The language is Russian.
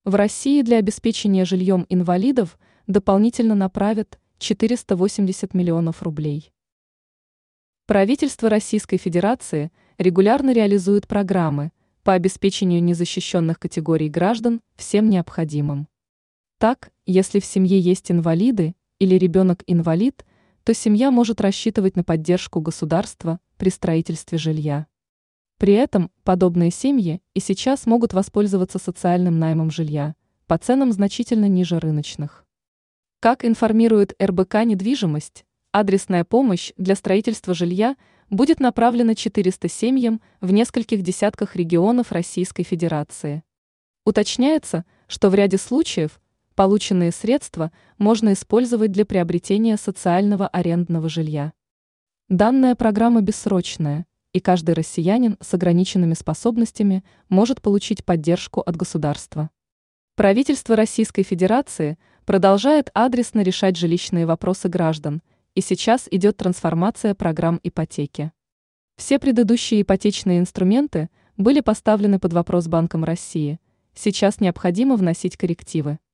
В России для обеспечения жильем инвалидов дополнительно направят 480 миллионов рублей. Правительство Российской Федерации регулярно реализует программы по обеспечению незащищенных категорий граждан всем необходимым. Так, если в семье есть инвалиды или ребенок-инвалид, то семья может рассчитывать на поддержку государства при строительстве жилья. При этом подобные семьи и сейчас могут воспользоваться социальным наймом жилья по ценам значительно ниже рыночных. Как информирует РБК «Недвижимость», адресная помощь для строительства жилья будет направлена 400 семьям в нескольких десятках регионов Российской Федерации. Уточняется, что в ряде случаев полученные средства можно использовать для приобретения социального арендного жилья. Данная программа бессрочная, и каждый россиянин с ограниченными способностями может получить поддержку от государства. Правительство Российской Федерации продолжает адресно решать жилищные вопросы граждан, и сейчас идет трансформация программ ипотеки. Все предыдущие ипотечные инструменты были поставлены под вопрос Банком России, сейчас необходимо вносить коррективы.